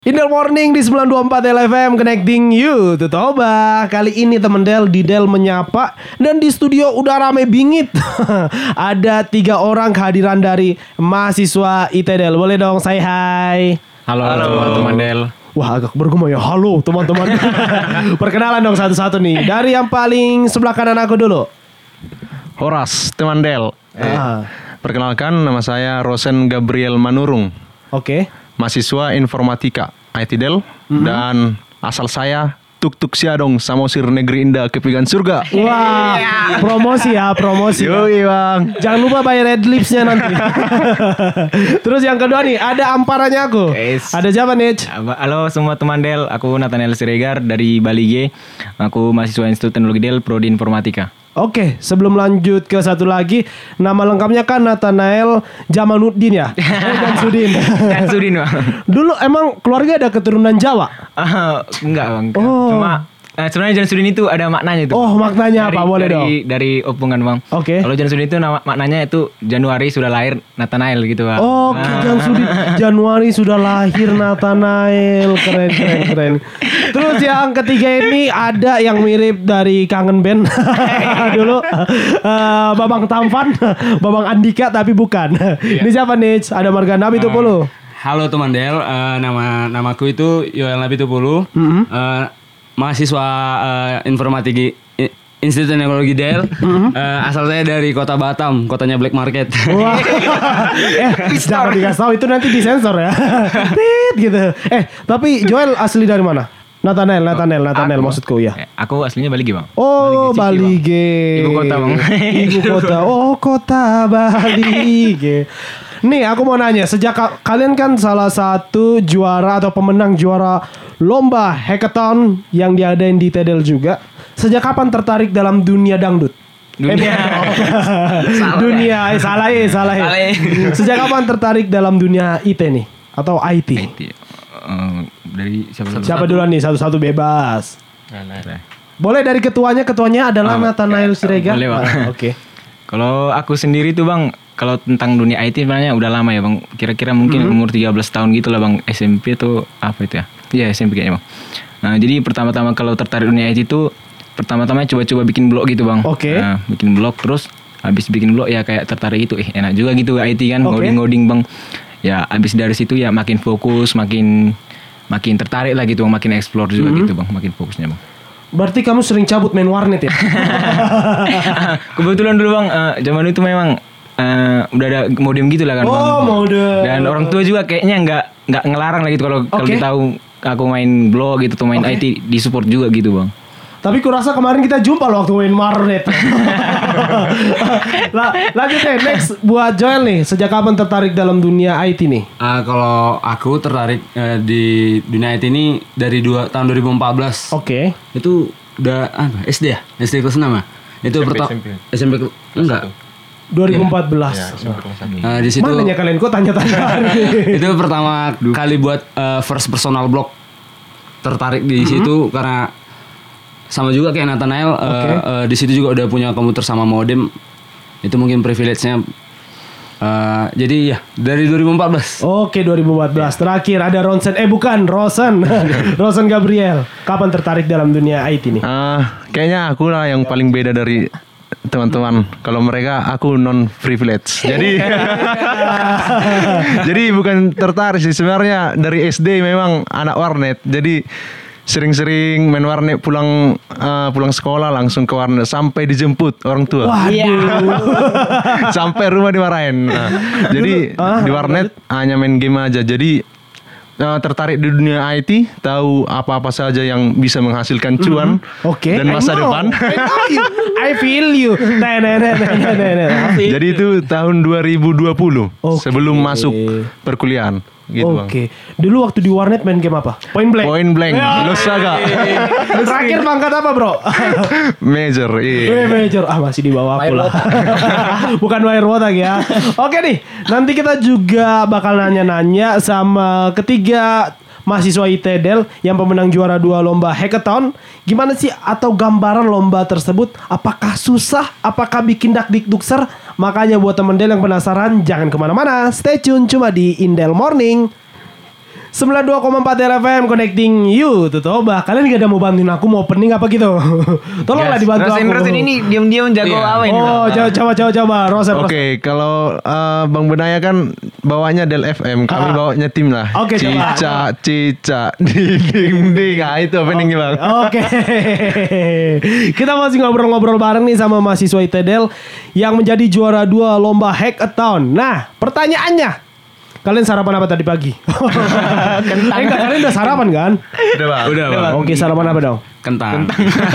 In the morning di 924 LFM Connecting You to Toba. Kali ini temen Del menyapa. Dan di studio udah rame bingit. Ada 3 orang kehadiran dari mahasiswa IT Del. Boleh dong say hi. Halo teman-teman Del. Wah agak bergema ya. Halo teman-teman. Perkenalan dong satu-satu nih. Dari yang paling sebelah kanan aku dulu. Horas teman Del. Perkenalkan nama saya Rosen Gabriel Manurung. Oke. Mahasiswa Informatika IT Del. Dan asal saya Tuk Siadong Samosir Negeri Indah Kepigan Surga. Wah, promosi ya, promosi. Yoi bang. Jangan lupa bayar adlibsnya nanti. Terus yang kedua nih, ada amparannya aku. Yes. Ada siapa nih? Halo semua teman Del, aku Nathaniel Siregar dari Bali G. Aku mahasiswa Institut Teknologi Del, Prodi Informatika. Oke, sebelum lanjut ke satu lagi, nama lengkapnya kan Nathanael Jamanuddin ya? Jansudin. Jansudin bang. Dulu emang keluarga ada keturunan Jawa? Enggak bang. Oh. Cuma sebenarnya Jansudin itu ada maknanya itu. Oh, maknanya apa? Boleh dong. Dari opungan bang. Oke. Kalau Jansudin itu maknanya itu Januari sudah lahir Nathanael gitu bang. Oke, Jansudin Januari sudah lahir Nathanael. Keren. Terus yang ketiga ini ada yang mirip dari Kangen Band dulu, Babang Tampan, Babang Andika tapi bukan. Ini siapa nih? Ada Margana Bitupulu. Halo teman Del, namaku itu Yoel Nabitupulu, mahasiswa informatika Institut Teknologi Del. Asal saya dari kota Batam, kotanya Black Market. Wah, jangan dikasih tahu itu nanti disensor ya. Tit gitu. Tapi Joel asli dari mana? Nathanael maksudku ya. Aku aslinya Bali G bang. Oh, Bali G. Ibu kota bang. Ibu kota. Oh, kota Bali G. Nih aku mau nanya, sejak kalian kan salah satu juara atau pemenang juara lomba hackathon yang diadain di Tedel juga. Sejak kapan tertarik dalam dunia dangdut? Salah ya. Sejak kapan tertarik dalam dunia IT nih? Atau IT? Dari Siapa duluan nih? Satu-satu bebas. Boleh dari ketuanya adalah Nathanael Siregar. Boleh bang. Oke. Kalau aku sendiri tuh bang, kalau tentang dunia IT sebenarnya udah lama ya bang. Kira-kira mungkin umur 13 tahun gitu lah bang. SMP tuh apa itu ya? Iya SMP kayaknya bang. Nah jadi pertama-tama kalau tertarik dunia IT itu pertama-tama coba-coba bikin blog gitu bang. Oke. Nah, bikin blog terus habis bikin blog ya kayak tertarik itu. Enak juga gitu IT kan, ngoding bang. Ya habis dari situ ya makin fokus, makin tertarik lah gitu bang, makin explore juga gitu bang, makin fokusnya bang. Berarti kamu sering cabut main warnet ya? Kebetulan dulu bang, zaman itu memang udah ada modem gitu lah kan bang. Oh modem. Dan orang tua juga kayaknya nggak ngelarang lah gitu kalau dia tahu aku main blog gitu atau main IT disupport juga gitu bang. Tapi kurasa kemarin kita jumpa loh waktu main warnet. Lanjut deh, next buat Joel nih. Sejak kapan tertarik dalam dunia IT nih? Kalau aku tertarik di dunia IT ini dari tahun 2014. Oke. Itu udah SD ya? SD kelas 6 ya? Itu SMP enggak. 2014. Di situ Mana ya kalian kok tanya-tanya? itu pertama kali buat first personal blog. Tertarik di situ karena sama juga kayak Nathanael, di situ juga udah punya komputer sama modem. Itu mungkin privilege-nya. Jadi ya dari 2014. Oke, 2014. Terakhir ada Rosen Rosen Gabriel. Kapan tertarik dalam dunia IT nih? Kayaknya aku lah yang paling beda dari teman-teman. Kalau mereka aku non privilege. Jadi bukan tertarik sih sebenarnya. Dari SD memang anak warnet. Jadi sering-sering main warnet, pulang sekolah langsung ke warnet sampai dijemput orang tua. Sampai rumah dimarahin. Jadi di warnet hanya main game aja. Jadi tertarik di dunia IT, tahu apa-apa saja yang bisa menghasilkan cuan dan masa depan. I feel you. Jadi itu tahun 2020 sebelum masuk perkuliahan. Gitu, Oke. Dulu waktu di warnet main game apa? Point Blank. Los Saga. Terakhir pangkat apa, Bro? Major. Major. Masih di bawah aku lah. Bukan Wirewatch ya. Oke nih. Nanti kita juga bakal nanya-nanya sama ketiga mahasiswa ITDEL yang pemenang juara 2 lomba hackathon. Gimana sih atau gambaran lomba tersebut? Apakah susah? Apakah bikin dakdikdukser? Makanya buat temen Del yang penasaran, jangan kemana-mana. Stay tune cuma di Indel Morning. 92,4 RFM connecting you tuh Toba. Kalian gak ada mau bantuin aku mau opening apa gitu? Tolonglah dibantu aku. Rosen ini diam-diam jago apa ini? Oh, coba Rosen. Oke, kalau Bang Benaya kan bawanya Del FM, kami bawanya tim lah. Oke, coba. Cica, ding. Ah, itu openingnya Bang. Oke. Kita masih ngobrol-ngobrol bareng nih sama mahasiswa ITDL yang menjadi juara 2 lomba hackathon. Nah, pertanyaannya, kalian sarapan apa tadi pagi? Enggak, kalian udah sarapan kan? Udah bang. Oke, sarapan apa dong? Kentang.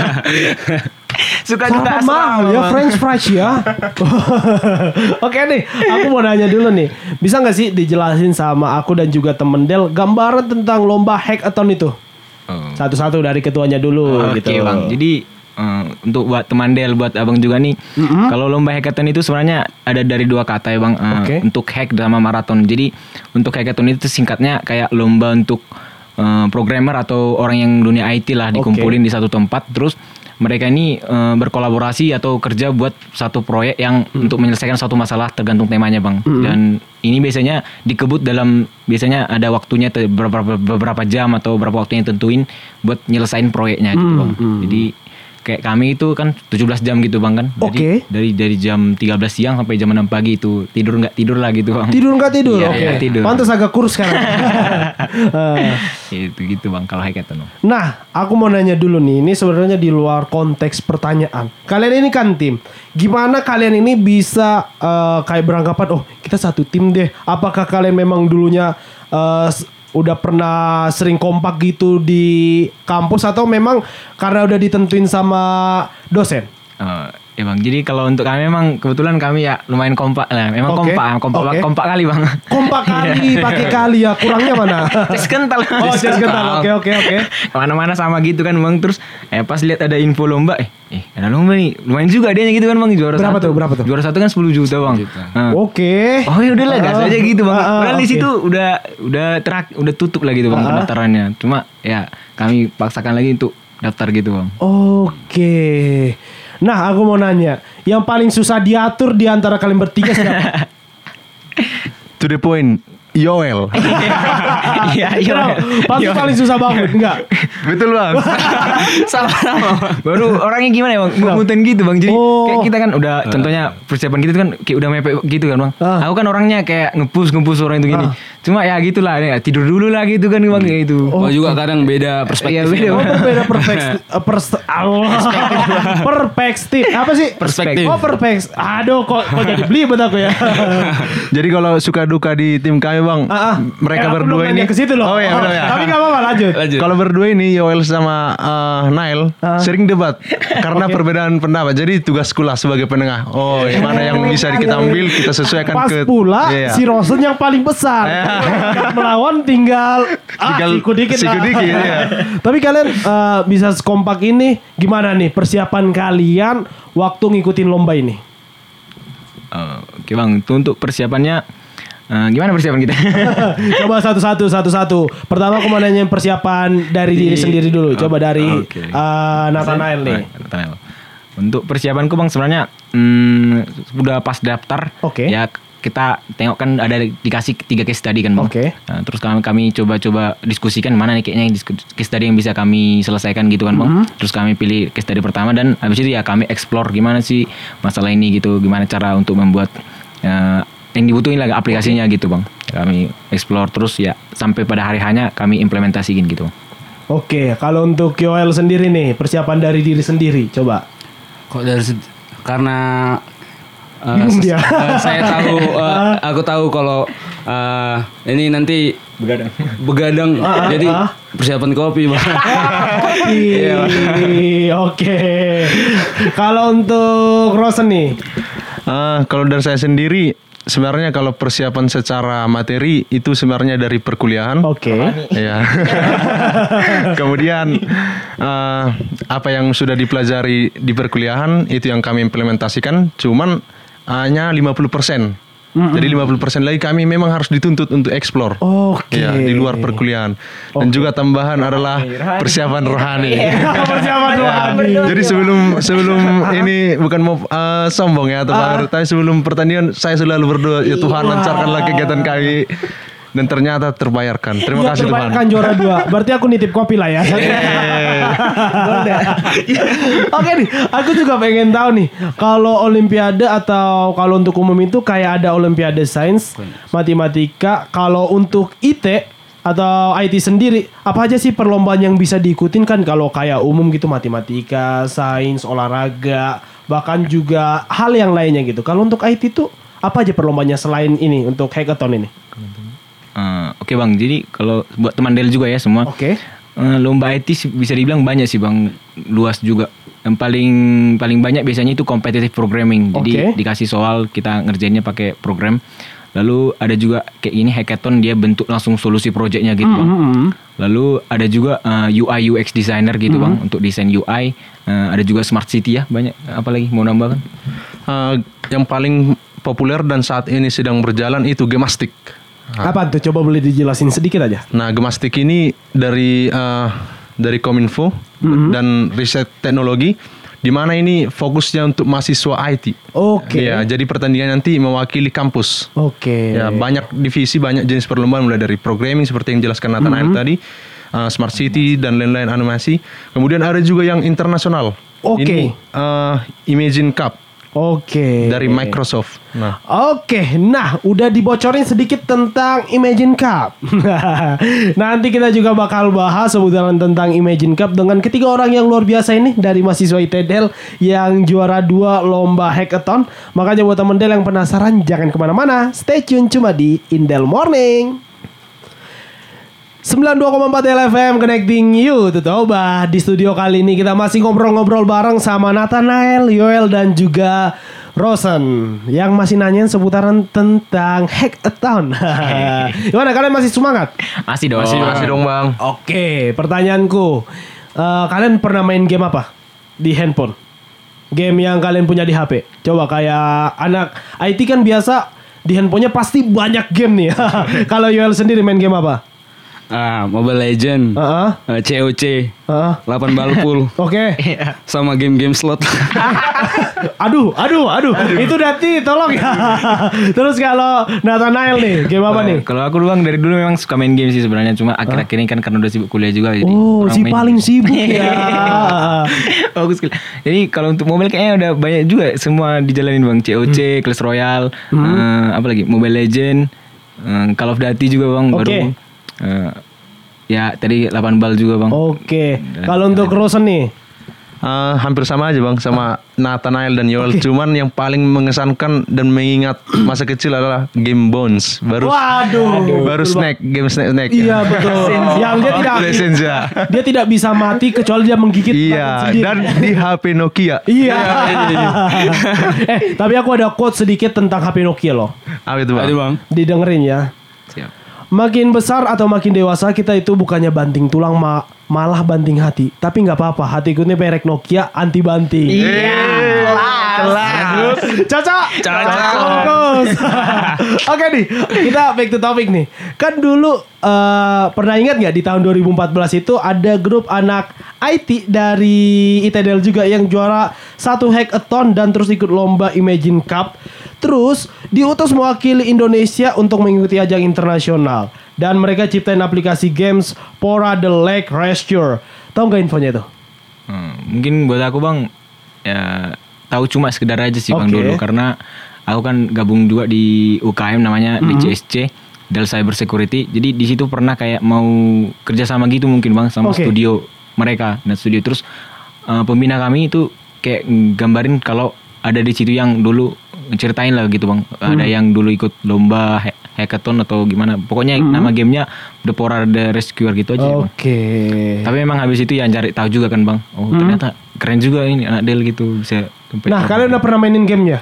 Suka juga Sarapan mahal ya, French fries ya. Oke nih, aku mau nanya dulu nih. Bisa gak sih dijelasin sama aku dan juga temen Del gambaran tentang lomba hackathon itu? Satu-satu dari ketuanya dulu gitu. Oke bang, jadi untuk buat teman Del, buat abang juga nih. Kalau lomba hackathon itu sebenarnya ada dari 2 kata ya bang. Untuk hack sama maraton. Jadi untuk hackathon itu singkatnya kayak lomba untuk programmer atau orang yang dunia IT lah dikumpulin di satu tempat. Terus mereka ini berkolaborasi atau kerja buat satu proyek yang untuk menyelesaikan satu masalah tergantung temanya bang. Dan ini biasanya dikebut dalam, biasanya ada waktunya beberapa jam atau beberapa waktu yang tentuin buat nyelesain proyeknya gitu bang. Jadi kayak kami itu kan 17 jam gitu bang kan. Jadi dari jam 13 siang sampai jam 6 pagi itu tidur nggak tidur lah gitu bang. Tidur nggak tidur? Iya, Oke. tidur. Pantas agak kurus sekarang. Itu gitu bang kalau hackathon. Nah, aku mau nanya dulu nih. Ini sebenarnya di luar konteks pertanyaan. Kalian ini kan tim. Gimana kalian ini bisa kayak beranggapan, oh kita satu tim deh. Apakah kalian memang dulunya udah pernah sering kompak gitu di kampus atau memang karena udah ditentuin sama dosen? Ya bang, jadi kalau untuk kami memang kebetulan kami ya lumayan kompak lah. Memang kompak kali bang. Kompak kali, pakai kali ya. Kurangnya mana? Tes kental. Oh, tes kental. Oke. Mana-mana sama gitu kan bang. Terus pas lihat ada info lomba, ada lomba nih. Lumayan juga dia gitu kan bang, juara Berapa tuh? Juara 1 kan 10 juta bang. Oke. Oh ya udahlah, gas aja gitu bang. Padahal di situ udah tutup lah gitu bang pendaftarannya. Cuma ya kami paksakan lagi untuk daftar gitu bang. Oke. Nah, aku mau nanya, yang paling susah diatur di antara kalian bertiga siapa? To the point, Yoel. Iya. Pasti paling susah banget, enggak? Betul bang. Sama. Baru orangnya gimana ya bang? Mutan gitu bang. Jadi kayak kita kan udah contohnya persiapan kita kan kayak udah mepet gitu kan bang. Aku kan orangnya kayak ngepus orang itu gini. Cuma ya gitulah, tidur dulu lah gitu kan bang kayak itu. Oh juga kadang beda perspektif. Beda perspektif. Apa sih? Perspektif. Oh perspektif. Aduh kok jadi belibet aku ya. Jadi kalau suka duka di tim kami bang, mereka berdua ini. Ke situ loh. Oh iya benar ya. Tapi nggak apa-apa, lanjut. Kalau berdua ini Yoel sama Nail sering debat karena perbedaan pendapat. Jadi tugas sekolah sebagai penengah. Oh, yang mana yang bisa kita ambil kita sesuaikan pas ke. pula si Rosen yang paling besar. Melawan tinggal siku dikit. Ya. Tapi kalian bisa sekompak ini gimana nih persiapan kalian waktu ngikutin lomba ini? Oke bang, itu untuk persiapannya gimana persiapan kita? Coba satu-satu. Pertama aku mau nanyain persiapan dari diri sendiri dulu. Coba dari Nathanael nih. Untuk persiapanku bang sebenarnya udah pas daftar. Ya kita tengok kan ada dikasih 3 case study kan bang. Nah, terus kami coba diskusikan mana nih kayaknya case study yang bisa kami selesaikan gitu kan bang. Terus kami pilih case study pertama dan habis itu ya kami explore gimana sih masalah ini gitu, gimana cara untuk membuat yang dibutuhin lah aplikasinya gitu bang. Kami explore terus ya sampai pada hari hanya kami implementasiin gitu. Oke, kalau untuk Yoel sendiri nih persiapan dari diri sendiri coba. Kok dari karena saya tahu aku tahu kalau ini nanti begadang jadi persiapan kopi bang. Oke. Kalau untuk Rosen nih kalau dari saya sendiri sebenarnya kalau persiapan secara materi itu sebenarnya dari perkuliahan. Ya. Kemudian apa yang sudah dipelajari di perkuliahan itu yang kami implementasikan, cuman hanya 50%. Jadi 50% lagi kami memang harus dituntut untuk explore. Ya, di luar perkuliahan. Dan juga tambahan adalah persiapan rohani. Persiapan rohani. Jadi sebelum ini bukan mau sombong ya atau tapi sebelum pertandingan saya selalu berdoa ya Tuhan lancarkanlah kegiatan kami Dan ternyata terbayarkan. Terima Iya, kasih Tuhan. terbayarkan juara 2. Berarti aku nitip kopi lah ya. Oke nih, aku juga pengen tahu nih, kalau olimpiade atau kalau untuk umum itu kayak ada olimpiade sains, matematika, kalau untuk IT atau IT sendiri, apa aja sih perlombaan yang bisa diikutin kan kalau kayak umum gitu matematika, sains, olahraga, bahkan juga hal yang lainnya gitu. Kalau untuk IT tuh apa aja perlombanya selain ini untuk hackathon ini? Oke bang, jadi kalau buat teman Del juga ya semua. Oke. Lomba IT bisa dibilang banyak sih bang, luas juga. Yang paling banyak biasanya itu competitive programming. Jadi dikasih soal kita ngerjainnya pakai program. Lalu ada juga kayak ini hackathon, dia bentuk langsung solusi projectnya gitu bang. Lalu ada juga UI UX designer gitu bang, untuk desain UI. Ada juga smart city ya, banyak. Apalagi mau nambah kan? Yang paling populer dan saat ini sedang berjalan itu Gemastic. Apa tuh? Coba boleh dijelasin sedikit aja. Nah, Gemastic ini dari Kominfo dan riset teknologi, di mana ini fokusnya untuk mahasiswa IT. Oke. Ya, jadi pertandingan nanti mewakili kampus. Oke. Ya, banyak divisi, banyak jenis perlombaan mulai dari programming seperti yang jelaskan Nathanael tadi, smart city dan lain-lain animasi. Kemudian ada juga yang internasional. Oke. Ini Imagine Cup Oke. dari Microsoft. Nah, Oke, nah udah dibocorin sedikit tentang Imagine Cup. Nanti kita juga bakal bahas seputaran tentang Imagine Cup dengan ketiga orang yang luar biasa ini dari mahasiswa ITDEL yang juara 2 lomba hackathon. Makanya buat temen Del yang penasaran jangan kemana-mana, stay tune cuma di Indel Morning. 92,4 LFM Connecting You to Toba. Di studio kali ini kita masih ngobrol-ngobrol bareng sama Nathanael, Yoel dan juga Rosen yang masih nanyain seputaran tentang hackathon. Gimana, kalian masih semangat? Masih dong. masih dong Bang. Oke, pertanyaanku, kalian pernah main game apa di handphone? Game yang kalian punya di HP. Coba kayak anak IT kan biasa di handphonenya pasti banyak game nih. Kalau Yoel sendiri main game apa? Mobile Legend, COC, 8 ball pool, Oke. sama game-game slot. Aduh, itu Dati, tolong ya. Terus kalau Nathanael nih, game apa nih? Kalau aku doang dari dulu memang suka main game sih sebenarnya, cuma akhir-akhir ini kan karena udah sibuk kuliah juga jadi Oh, kurang si main. paling sibuk ya. Bagus sekali. Jadi kalau untuk mobile kayaknya udah banyak juga semua dijalanin bang. COC, Clash Royale, apa lagi? Mobile Legend, Call of Duty juga bang. Oke. Baru. Ya tadi 8 bal juga bang. Oke. Kalau untuk Rosen nih, Hampir sama aja Bang sama Nathanael dan Yoel. Cuman yang paling mengesankan dan mengingat masa kecil adalah game Bones. Baru snack, game snack. Iya betul. Yang dia tidak bisa mati kecuali dia menggigit Iya, sendiri. dan di HP Nokia. Iya. Tapi aku ada quote sedikit tentang HP Nokia loh. Apa itu Bang? Didengerin ya. Siap. Makin besar atau makin dewasa kita itu bukannya banting tulang malah banting hati. Tapi nggak apa-apa, hatiku ini merek Nokia anti banting. Kelas. Cocok. Fokus. Oke nih, kita back to topic nih. Kan dulu pernah ingat nggak di tahun 2014 itu ada grup anak IT dari ITDL juga yang juara satu hackathon dan terus ikut lomba Imagine Cup. Terus diutus mewakili Indonesia untuk mengikuti ajang internasional. Dan mereka ciptain aplikasi games Pora the Lake Rescue. Tahu nggak infonya itu? Mungkin buat aku bang, ya tahu cuma sekedar aja sih bang Oke. dulu, karena aku kan gabung juga di UKM namanya DCSC, Dell Cyber Security. Jadi di situ pernah kayak mau kerja sama gitu mungkin bang sama Oke. studio mereka, dan studio terus pembina kami itu kayak gambarin kalau ada di situ yang dulu ceritain lah gitu bang, ada yang dulu ikut lomba hackathon atau gimana, pokoknya nama gamenya The Pora the Rescuer gitu aja bang. Oke. Tapi memang habis itu ya cari tahu juga kan bang, oh ternyata keren juga ini anak Dell gitu bisa sampai. Nah, kalian udah pernah mainin gamenya?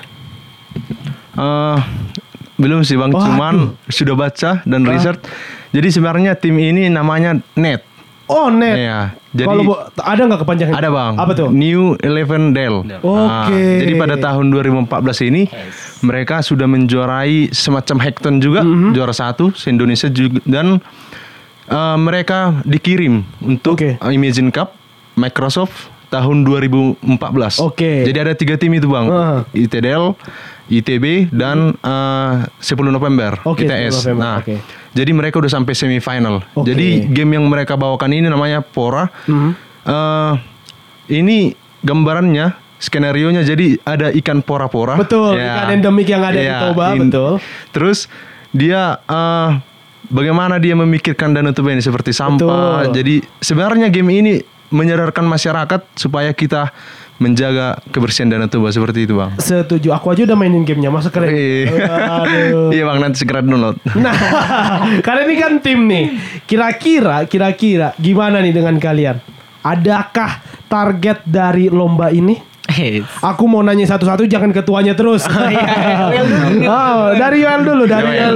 Belum sih Bang, Waduh. cuman sudah baca dan research. Jadi sebenarnya tim ini namanya NET. Oh, net. Iya. Jadi Kalau ada nggak kepanjangan? ada Bang. Apa tuh? New 11 Dell. Oke. Jadi pada tahun 2014 ini mereka sudah menjuarai semacam hackathon juga, juara 1 se-Indonesia juga, dan mereka dikirim untuk Oke. Imagine Cup, Microsoft tahun 2014. Oke. Jadi ada 3 tim itu bang, ITDL, ITB dan 10 November Oke, ITS. 10 November, Nah, oke. jadi mereka udah sampai semifinal. Oke. Jadi game yang mereka bawakan ini namanya Pora. Ini gambarannya, skenarionya jadi ada ikan pora-pora. Betul, ikan endemik yang ada di Toba, betul. Terus dia bagaimana dia memikirkan Danau Toba ini seperti sampah. Betul. Jadi sebenarnya game ini menyadarkan masyarakat supaya kita menjaga kebersihan Danau Toba seperti itu bang. Setuju, aku aja udah mainin gamenya, masa keren. Aduh. Iya bang, nanti segera download. Nah, karena ini kan tim nih. Kira-kira gimana nih dengan kalian? Adakah target dari lomba ini? Aku mau nanya satu-satu, jangan ketuanya terus. Dari Yoel dulu,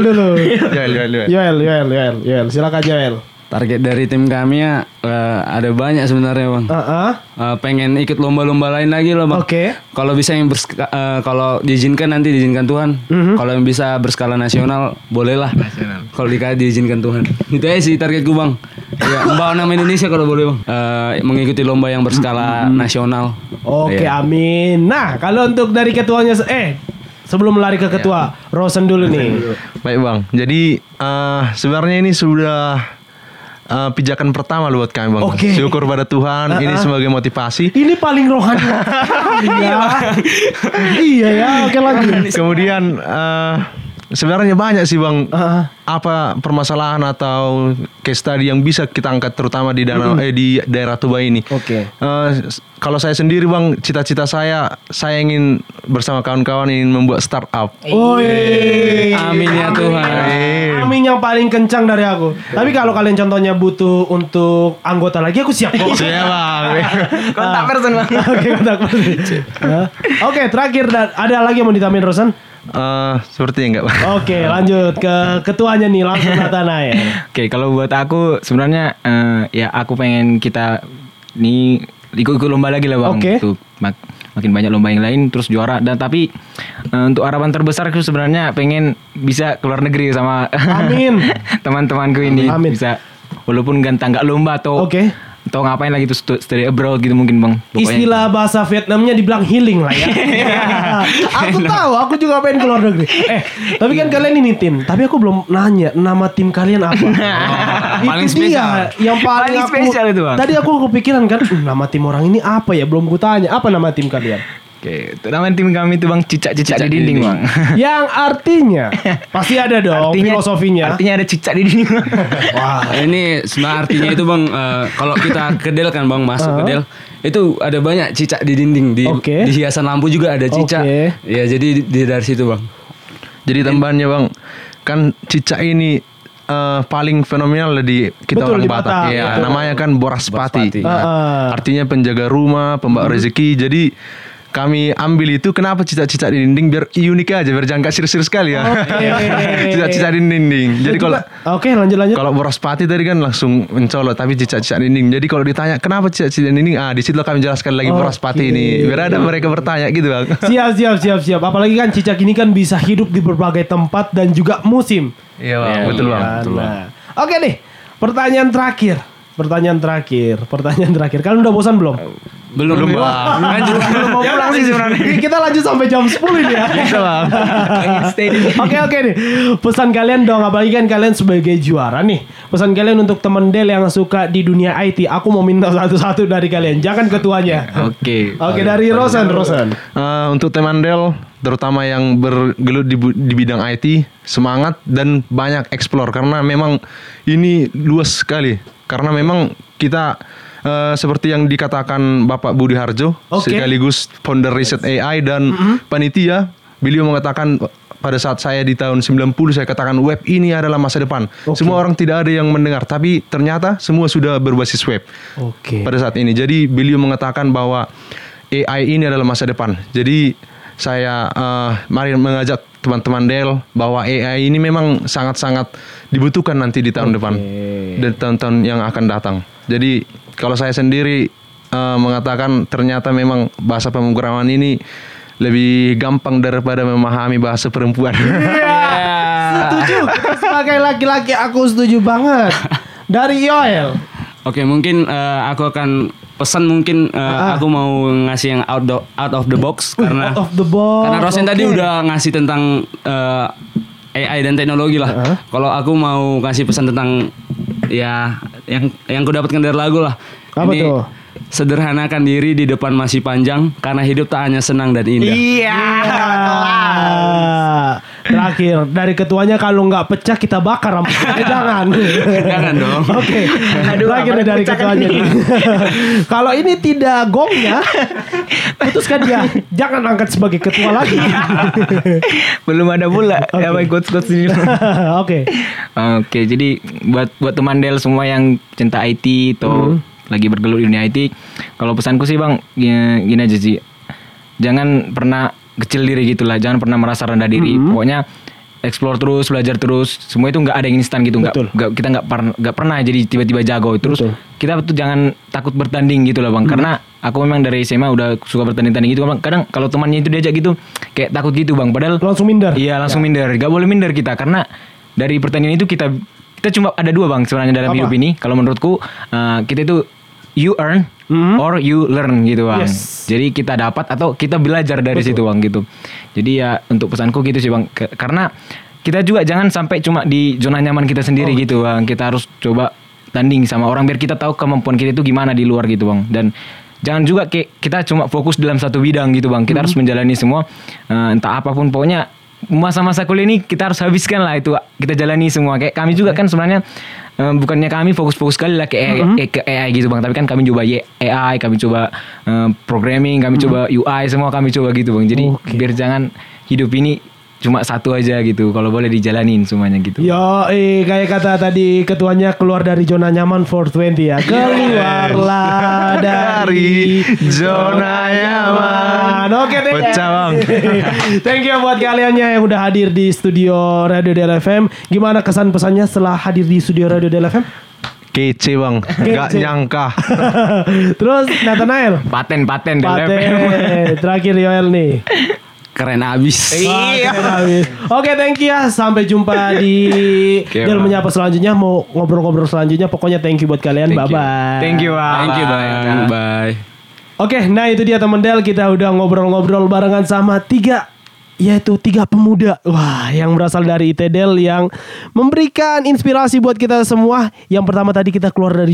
Yoel, silakan Yoel. Target dari tim kami ya ada banyak sebenarnya bang. Pengen ikut lomba-lomba lain lagi loh bang. Oke. Kalau bisa yang kalau diizinkan nanti diizinkan Tuhan. Kalau yang bisa berskala nasional bolehlah. Kalau diizinkan Tuhan. Itu aja sih targetku bang. Ya, membawa nama Indonesia kalau boleh bang. Mengikuti lomba yang berskala nasional. Oke, Ya. amin. Nah, kalau untuk dari ketuanya sebelum lari ke ketua, Rosen dulu nih. Baik bang, jadi sebenarnya ini sudah pijakan pertama lo buat kami bang. Oke. Syukur pada Tuhan, ini sebagai motivasi. Ini paling rohani. Iya ya, oke lanjut. Kemudian sebenarnya banyak sih bang, apa permasalahan atau case study yang bisa kita angkat terutama di di daerah Toba ini. Oke. Kalau saya sendiri bang, cita-cita saya ingin bersama kawan-kawan ingin membuat startup. Amin ya Tuhan. Amin yang paling kencang dari aku. Tapi kalau kalian contohnya butuh untuk anggota lagi, aku siap kok. Siap bang. Kontak person bang. Oke, kontak person. Oke, terakhir ada lagi yang mau ditambahin Rosen? Sepertinya enggak bang. Oke, lanjut ke ketuanya nih, langsung Nathanael. Oke, kalau buat aku sebenarnya ya aku pengen kita nih ikut lomba lagi lah bang. Oke. Untuk makin banyak lomba yang lain terus juara. Dan tapi untuk harapan terbesar aku sebenarnya pengen bisa keluar negeri sama Amin. teman-temanku ini. Amin. Bisa walaupun nggak lomba atau atau ngapain lagi tuh study abroad gitu mungkin bang. Pokoknya. Istilah bahasa Vietnamnya dibilang healing lah ya. Aku tahu, aku juga pengen keluar negeri. Tapi kan kalian ini tim. Tapi aku belum nanya nama tim kalian apa. Paling Itu dia yang paling aku spesial itu bang. Tadi aku kepikiran kan, nama tim orang ini apa ya? Belum kutanya. Apa nama tim kalian? Oke, nama tim kami itu bang cicak-cicak di dinding bang. Yang artinya pasti ada dong filosofinya. Artinya ada cicak di dinding bang. Wah, ini sebenarnya artinya itu bang, kalau kita ke Del kan bang, masuk ke Del itu ada banyak cicak di dinding, di hiasan lampu juga ada cicak. Ya jadi dari situ bang. Jadi tambahannya bang, kan cicak ini paling fenomenal di kita orang Batak. Ya, namanya kan Boraspati. Artinya penjaga rumah, pembawa rezeki. Jadi kami ambil itu, kenapa cicak-cicak di dinding, biar unik aja, biar jangan serius sekali ya. Cicak-cicak di dinding. Jadi kalau lanjut. Kalau Boraspati tadi kan langsung mencolok, tapi cicak-cicak di dinding. Jadi kalau ditanya kenapa cicak-cicak di dinding, di situ kami jelaskan lagi Boraspati ini. Biar ada mereka bertanya gitu bang. Siap. Apalagi kan cicak ini kan bisa hidup di berbagai tempat dan juga musim. Iya bang, betul bang. Oke nih, pertanyaan terakhir. Kalian udah bosan belum? Belum bang. Lanjut. Belum mau pulang sih sebenarnya. Kita lanjut sampai jam 10 ini ya. Bisa bang. Oke nih. Pesan kalian dong, apalagi kan kalian sebagai juara nih. Pesan kalian untuk teman Del yang suka di dunia IT. Aku mau minta satu-satu dari kalian. Jangan ketuanya. Oke, dari Rosen. Untuk teman Del, terutama yang bergelut di bidang IT, semangat dan banyak explore karena memang ini luas sekali. Karena memang kita seperti yang dikatakan Bapak Budi Harjo, sekaligus founder Riset AI dan panitia, beliau mengatakan pada saat saya di tahun 90 saya katakan web ini adalah masa depan. Semua orang tidak ada yang mendengar, tapi ternyata semua sudah berbasis web pada saat ini. Jadi beliau mengatakan bahwa AI ini adalah masa depan. Jadi saya mari mengajak teman-teman Del bahwa AI ini memang sangat-sangat dibutuhkan nanti di tahun depan dan tahun-tahun yang akan datang. Jadi kalau saya sendiri mengatakan ternyata memang bahasa pemrograman ini lebih gampang daripada memahami bahasa perempuan. Setuju. Kita sebagai laki-laki aku setuju banget. Dari Yoel. Oke, mungkin aku akan pesan mungkin aku mau ngasih yang out of the box karena out of the box. Karena Rosen tadi udah ngasih tentang AI dan teknologi lah. Kalau aku mau ngasih pesan tentang ya yang ku dapatkan dari lagu lah. Apa ini, tuh? Sederhanakan diri di depan masih panjang karena hidup tak hanya senang dan indah. Iya. Terakhir dari ketuanya, kalau nggak pecah kita bakar rambutnya. Jangan dong. Oke. Terakhir nih dari ketuanya. Kalau ini tidak gongnya, putuskan dia. Jangan angkat sebagai ketua lagi. Belum ada pula. Ya baik quotes ini. Oke, jadi buat teman Del semua yang cinta IT atau lagi bergelut di dunia IT, kalau pesanku sih Bang, gini aja sih. Jangan pernah kecil diri gitulah, jangan pernah merasa rendah diri. Pokoknya explore terus, belajar terus. Semua itu nggak ada yang instan gitu. Kita nggak pernah jadi tiba-tiba jago. Terus kita tuh jangan takut bertanding gitu lah Bang. Karena aku memang dari SMA udah suka bertanding-tanding gitu Bang. Kadang kalau temannya itu diajak gitu kayak takut gitu Bang. Padahal langsung minder. Iya, langsung minder. Gak boleh minder kita, karena dari pertandingan itu kita cuma ada dua Bang sebenarnya dalam hidup ini. Kalau menurutku kita itu you earn or you learn gitu Bang. Jadi kita dapat atau kita belajar dari situ Bang gitu. Jadi ya untuk pesanku gitu sih Bang. Karena kita juga jangan sampai cuma di zona nyaman kita sendiri gitu Bang. Kita harus coba tanding sama orang biar kita tahu kemampuan kita itu gimana di luar gitu Bang. Dan jangan juga kayak kita cuma fokus dalam satu bidang gitu Bang. Kita harus menjalani semua entah apapun, pokoknya masa-masa kuliah ini kita harus habiskan lah itu, kita jalani semua. Kayak kami juga kan sebenarnya bukannya kami fokus sekali lah ke AI gitu Bang, tapi kan kami coba AI, kami coba programming, kami coba UI, semua kami coba gitu Bang. Jadi biar jangan hidup ini cuma satu aja gitu, kalau boleh dijalanin semuanya gitu. Kayak kata tadi ketuanya, keluar dari zona nyaman 420 ya. Keluarlah dari zona nyaman. Oke deh. Pecah Bang. Thank you buat kalian yang udah hadir di studio Radio Del FM. Gimana kesan pesannya setelah hadir di studio Radio Del FM? Kece Bang, gak nyangka. Terus Nathanael, Paten Del FM. Terakhir Yoel nih. Keren abis. Oke, thank you ya. Sampai jumpa di Del Menyapa selanjutnya. Mau ngobrol-ngobrol selanjutnya. Pokoknya thank you buat kalian. Bye-bye. Thank you Bang. Bye. Oke, nah itu dia teman Del. Kita udah ngobrol-ngobrol barengan sama tiga pemuda. Wah, yang berasal dari IT Del yang memberikan inspirasi buat kita semua. Yang pertama tadi kita keluar dari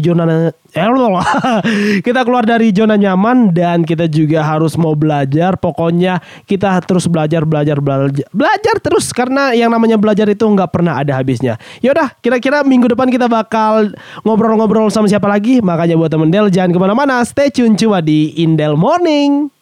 zona nyaman dan kita juga harus mau belajar. Pokoknya kita terus belajar terus, karena yang namanya belajar itu nggak pernah ada habisnya. Yaudah, kira-kira minggu depan kita bakal ngobrol-ngobrol sama siapa lagi? Makanya buat temen Del jangan kemana-mana, stay tune cuma di Indel Morning.